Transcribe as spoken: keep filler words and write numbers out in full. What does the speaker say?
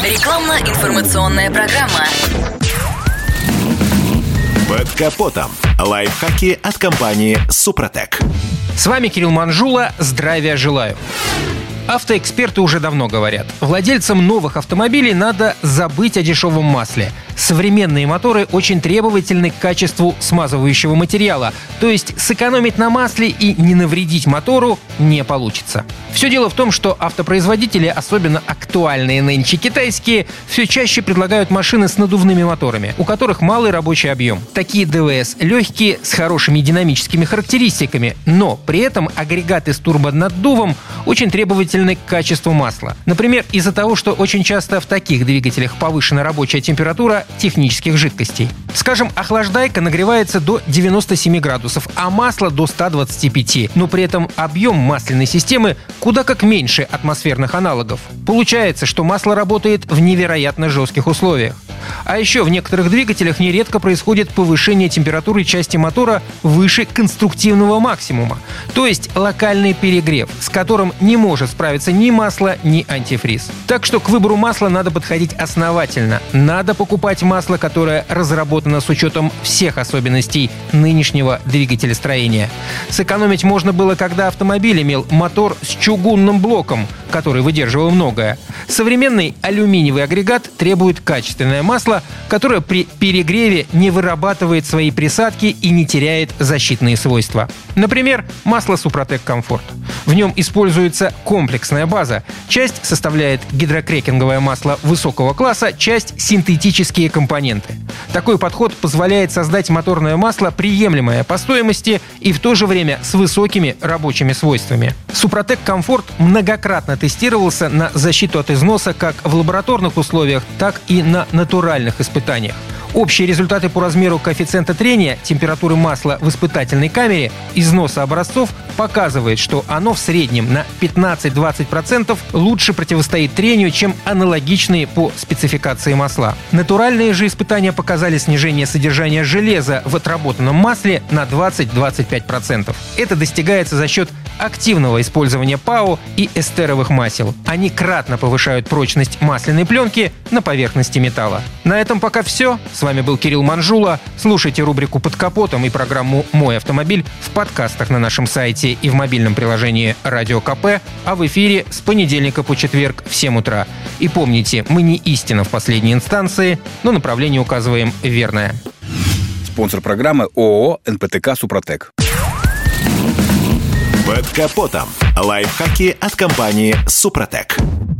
Рекламно-информационная программа. Под капотом. Лайфхаки от компании «Супротек». С вами Кирилл Манжула. Здравия желаю. Автоэксперты уже давно говорят, владельцам новых автомобилей надо забыть о дешевом масле. Современные моторы очень требовательны к качеству смазывающего материала, то есть сэкономить на масле и не навредить мотору не получится. Все дело в том, что автопроизводители, особенно актуальные нынче китайские, все чаще предлагают машины с надувными моторами, у которых малый рабочий объем. Такие ДВС легкие, с хорошими динамическими характеристиками, но при этом агрегаты с турбонаддувом очень требовательны к качеству масла. Например, из-за того, что очень часто в таких двигателях повышена рабочая температура технических жидкостей. Скажем, охлаждайка нагревается до девяноста семи градусов, а масло до ста двадцати пяти, но при этом объем масляной системы куда как меньше атмосферных аналогов. Получается, что масло работает в невероятно жестких условиях. А еще в некоторых двигателях нередко происходит повышение температуры части мотора выше конструктивного максимума, то есть локальный перегрев, с которым не может справиться ни масло, ни антифриз. Так что к выбору масла надо подходить основательно. Надо покупать масло, которое разработано с учетом всех особенностей нынешнего двигателестроения. Сэкономить можно было, когда автомобиль имел мотор с чугунным блоком, который выдерживал многое. Современный алюминиевый агрегат требует качественное масло, которое при перегреве не вырабатывает свои присадки и не теряет защитные свойства. Например, масло Супротек Комфорт. В нем используется комплексная база. Часть составляет гидрокрекинговое масло высокого класса, часть — синтетические компоненты. Такой подход позволяет создать моторное масло, приемлемое по стоимости и в то же время с высокими рабочими свойствами. Супротек Комфорт многократно тестировался на защиту от износа как в лабораторных условиях, так и на натуральных испытаниях. Общие результаты по размеру коэффициента трения, температуры масла в испытательной камере, износа образцов показывает, что оно в среднем на пятнадцать-двадцать процентов лучше противостоит трению, чем аналогичные по спецификации масла. Натуральные же испытания показали снижение содержания железа в отработанном масле на двадцать-двадцать пять процентов. Это достигается за счет активного использования ПАО и эстеровых масел. Они кратно повышают прочность масляной пленки на поверхности металла. На этом пока все. С вами был Кирилл Манжула. Слушайте рубрику «Под капотом» и программу «Мой автомобиль» в подкастах на нашем сайте и в мобильном приложении «Радио КП», а в эфире с понедельника по четверг в семь утра. И помните, мы не истина в последней инстанции, но направление указываем верное. Спонсор программы ООО «эн пэ тэ ка Супротек». Под капотом. Лайфхаки от компании «Супротек».